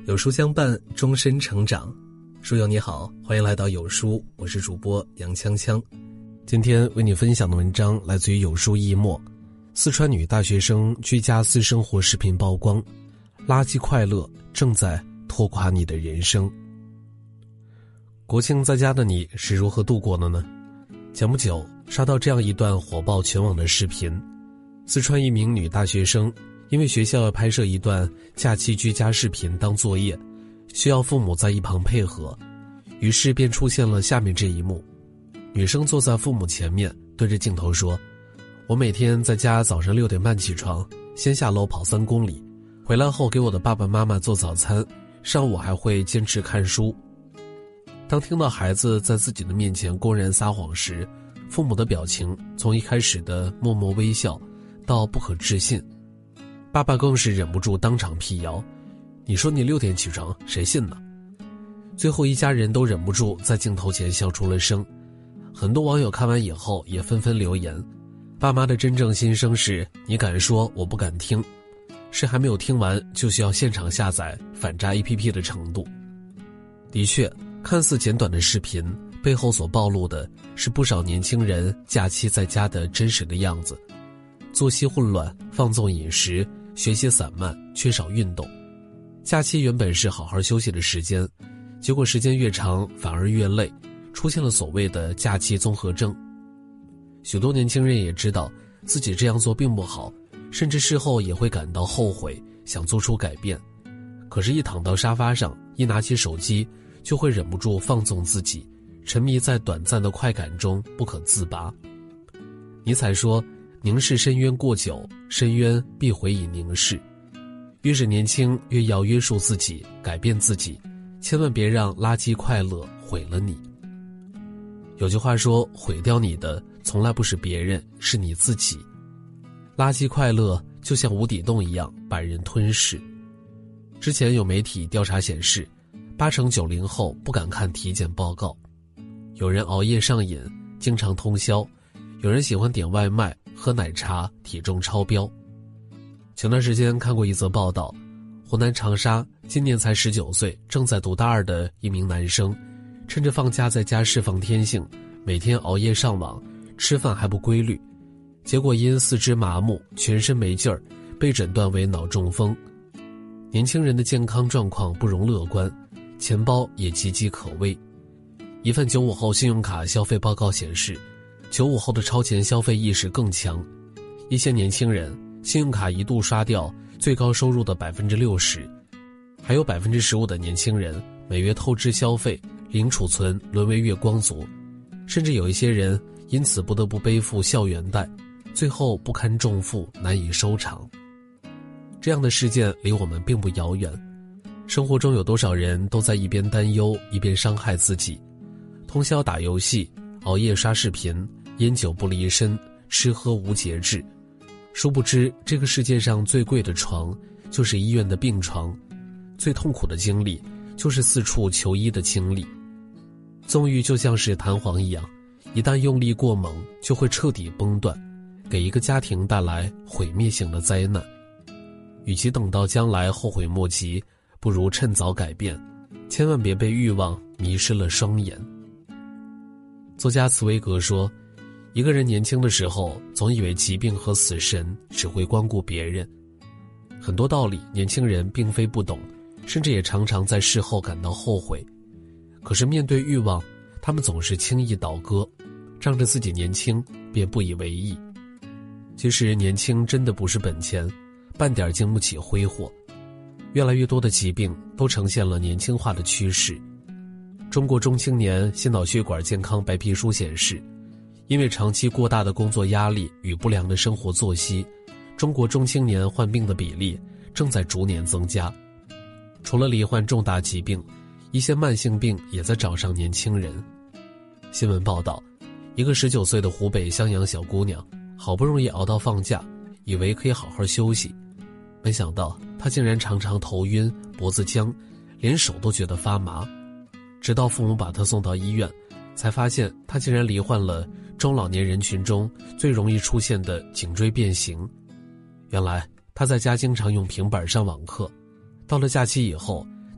有书相伴，终身成长。书友你好，欢迎来到有书，我是主播杨锵锵。今天为你分享的文章来自于有书一墨。四川女大学生居家私生活视频曝光，垃圾快乐正在拖垮你的人生。国庆在家的你是如何度过的呢？前不久刷到这样一段火爆全网的视频，四川一名女大学生因为学校要拍摄一段假期居家视频当作业，需要父母在一旁配合，于是便出现了下面这一幕。女生坐在父母前面，对着镜头说，我每天在家早上6点半起床，先下楼跑3公里，回来后给我的爸爸妈妈做早餐，上午还会坚持看书。当听到孩子在自己的面前公然撒谎时，父母的表情从一开始的默默微笑到不可置信，爸爸更是忍不住当场辟谣，你说你6点起床，谁信呢？最后一家人都忍不住在镜头前笑出了声。很多网友看完以后也纷纷留言，爸妈的真正心声是，你敢说我不敢听，是还没有听完就需要现场下载反诈 APP 的程度。的确，看似简短的视频背后所暴露的是不少年轻人假期在家的真实的样子。作息混乱，放纵饮食，学习散漫，缺少运动。假期原本是好好休息的时间，结果时间越长反而越累，出现了所谓的假期综合症。许多年轻人也知道自己这样做并不好，甚至事后也会感到后悔，想做出改变。可是一躺到沙发上，一拿起手机，就会忍不住放纵自己，沉迷在短暂的快感中不可自拔。尼采说，凝视深渊过久，深渊必回以凝视。越是年轻，越要约束自己，改变自己，千万别让垃圾快乐毁了你。有句话说，毁掉你的从来不是别人，是你自己。垃圾快乐就像无底洞一样把人吞噬。之前有媒体调查显示，8成90后不敢看体检报告，有人熬夜上瘾，经常通宵，有人喜欢点外卖，喝奶茶，体重超标。前段时间看过一则报道，湖南长沙今年才19岁，正在读大2的一名男生，趁着放假在家释放天性，每天熬夜上网，吃饭还不规律，结果因四肢麻木，全身没劲儿，被诊断为脑中风。年轻人的健康状况不容乐观，钱包也岌岌可危。一份95后信用卡消费报告显示，95后的超前消费意识更强，一些年轻人信用卡一度刷掉最高收入的 60%， 还有 15% 的年轻人每月透支消费，零储存，沦为月光族，甚至有一些人因此不得不背负校园贷，最后不堪重负，难以收场。这样的事件离我们并不遥远，生活中有多少人都在一边担忧一边伤害自己，通宵打游戏，熬夜刷视频，烟酒不离身，吃喝无节制。殊不知，这个世界上最贵的床就是医院的病床，最痛苦的经历就是四处求医的经历。纵欲就像是弹簧一样，一旦用力过猛，就会彻底崩断，给一个家庭带来毁灭性的灾难。与其等到将来后悔莫及，不如趁早改变，千万别被欲望迷失了双眼。作家茨威格说，一个人年轻的时候总以为疾病和死神只会光顾别人，很多道理年轻人并非不懂，甚至也常常在事后感到后悔。可是面对欲望，他们总是轻易倒戈，仗着自己年轻便不以为意。其实年轻真的不是本钱，半点经不起挥霍。越来越多的疾病都呈现了年轻化的趋势。中国中青年心脑血管健康白皮书显示，因为长期过大的工作压力与不良的生活作息，中国中青年患病的比例正在逐年增加。除了罹患重大疾病，一些慢性病也在找上年轻人。新闻报道，一个19岁的湖北襄阳小姑娘，好不容易熬到放假，以为可以好好休息，没想到她竟然常常头晕、脖子僵，连手都觉得发麻。直到父母把她送到医院，才发现她竟然罹患了中老年人群中最容易出现的颈椎变形。原来她在家经常用平板上网课，到了假期以后，她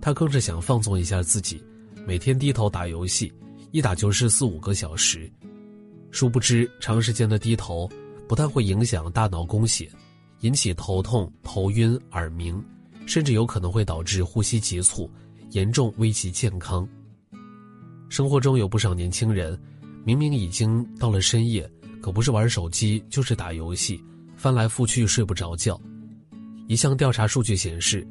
他更是想放纵一下自己，每天低头打游戏，一打就是4-5个小时。殊不知长时间的低头不但会影响大脑供血，引起头痛、头晕、耳鸣，甚至有可能会导致呼吸急促，严重危及健康。生活中有不少年轻人，明明已经到了深夜，可不是玩手机就是打游戏，翻来覆去睡不着觉。一项调查数据显示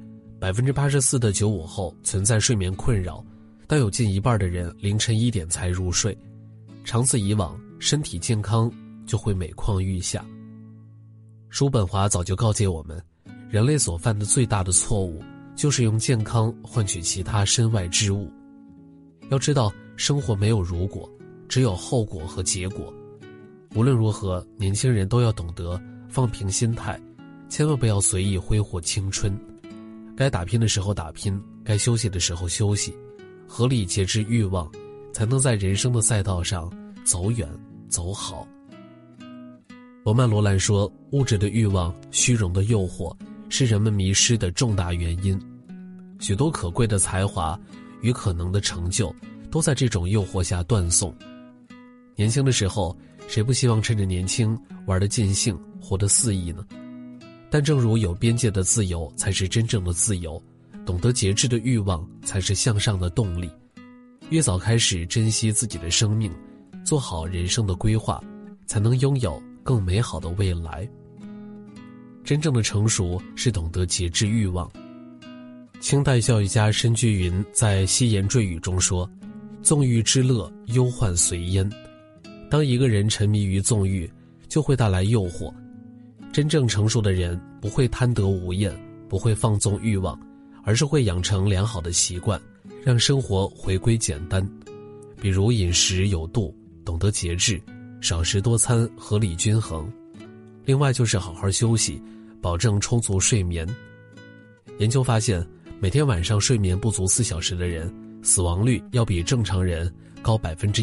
，84%的95后存在睡眠困扰，但有近一半的人凌晨1点才入睡。长此以往，身体健康就会每况愈下。叔本华早就告诫我们，人类所犯的最大的错误，就是用健康换取其他身外之物。要知道，生活没有如果，只有后果和结果。无论如何，年轻人都要懂得放平心态，千万不要随意挥霍青春。该打拼的时候打拼，该休息的时候休息，合理节制欲望，才能在人生的赛道上走远走好。罗曼·罗兰说，物质的欲望、虚荣的诱惑是人们迷失的重大原因。许多可贵的才华与可能的成就都在这种诱惑下断送。年轻的时候，谁不希望趁着年轻玩得尽兴，活得肆意呢？但正如有边界的自由才是真正的自由，懂得节制的欲望才是向上的动力。越早开始珍惜自己的生命，做好人生的规划，才能拥有更美好的未来。真正的成熟是懂得节制欲望。清代教育家申居云在《西言赘语》中说，纵欲之乐，忧患随焉。当一个人沉迷于纵欲，就会带来诱惑。真正成熟的人不会贪得无厌，不会放纵欲望，而是会养成良好的习惯，让生活回归简单。比如饮食有度，懂得节制，少食多餐，合理均衡。另外就是好好休息，保证充足睡眠。研究发现，每天晚上睡眠不足4小时的人，死亡率要比正常人高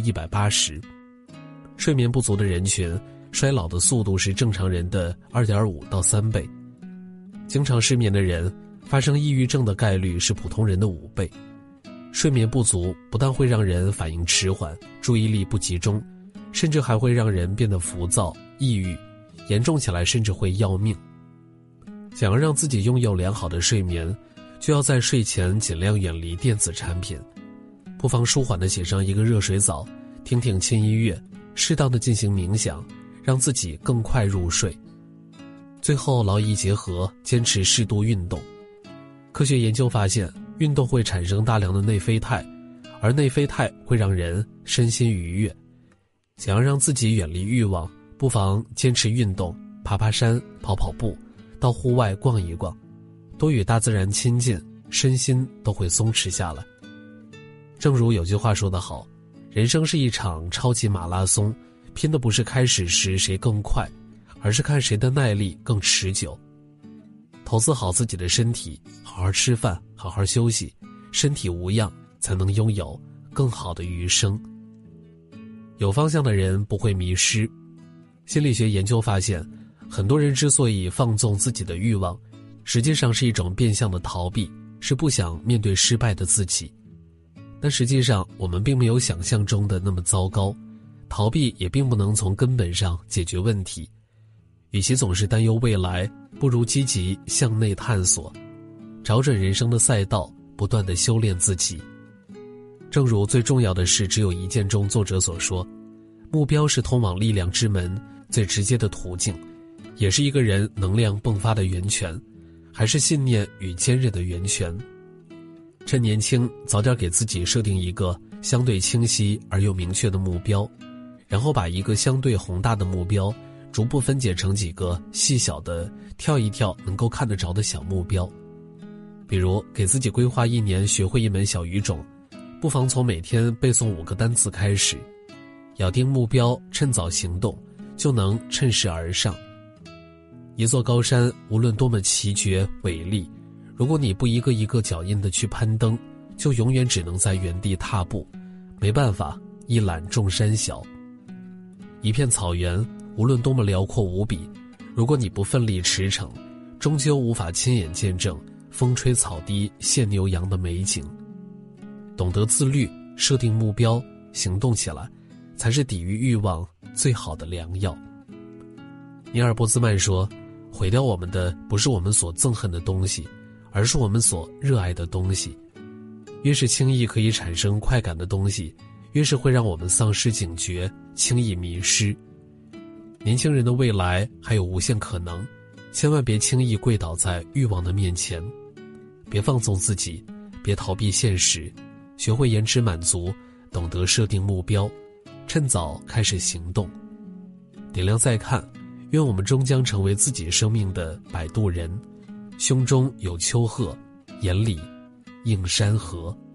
180%。睡眠不足的人群，衰老的速度是正常人的2.5到3倍。经常失眠的人，发生抑郁症的概率是普通人的5倍。睡眠不足不但会让人反应迟缓，注意力不集中，甚至还会让人变得浮躁、抑郁，严重起来甚至会要命。想要让自己拥有良好的睡眠，就要在睡前尽量远离电子产品，不妨舒缓地洗上一个热水澡，听听轻音乐，适当的进行冥想，让自己更快入睡。最后劳逸结合，坚持适度运动。科学研究发现，运动会产生大量的内啡肽，而内啡肽会让人身心愉悦。想要让自己远离欲望，不妨坚持运动，爬爬山，跑跑步，到户外逛一逛，多与大自然亲近，身心都会松弛下来。正如有句话说得好，人生是一场超级马拉松，拼的不是开始时谁更快，而是看谁的耐力更持久。投资好自己的身体，好好吃饭，好好休息，身体无恙，才能拥有更好的余生。有方向的人不会迷失。心理学研究发现，很多人之所以放纵自己的欲望，实际上是一种变相的逃避，是不想面对失败的自己。但实际上，我们并没有想象中的那么糟糕，逃避也并不能从根本上解决问题。与其总是担忧未来，不如积极向内探索，找准人生的赛道，不断地修炼自己。正如最重要的事只有一件中作者所说，目标是通往力量之门最直接的途径，也是一个人能量迸发的源泉，还是信念与坚韧的源泉。趁年轻，早点给自己设定一个相对清晰而又明确的目标，然后把一个相对宏大的目标逐步分解成几个细小的跳一跳能够看得着的小目标。比如给自己规划1年学会一门小语种，不妨从每天背诵5个单词开始，咬定目标，趁早行动，就能趁势而上。一座高山无论多么奇绝伟丽，如果你不一个一个脚印地去攀登，就永远只能在原地踏步，没办法一览众山小。一片草原无论多么辽阔无比，如果你不奋力驰骋，终究无法亲眼见证风吹草低见牛羊的美景。懂得自律，设定目标，行动起来，才是抵御欲望最好的良药。尼尔波兹曼说，毁掉我们的不是我们所憎恨的东西，而是我们所热爱的东西。越是轻易可以产生快感的东西，越是会让我们丧失警觉，轻易迷失。年轻人的未来还有无限可能，千万别轻易跪倒在欲望的面前，别放纵自己，别逃避现实，学会延迟满足，懂得设定目标，趁早开始行动。点亮再看，愿我们终将成为自己生命的摆渡人，胸中有丘壑，眼里映山河。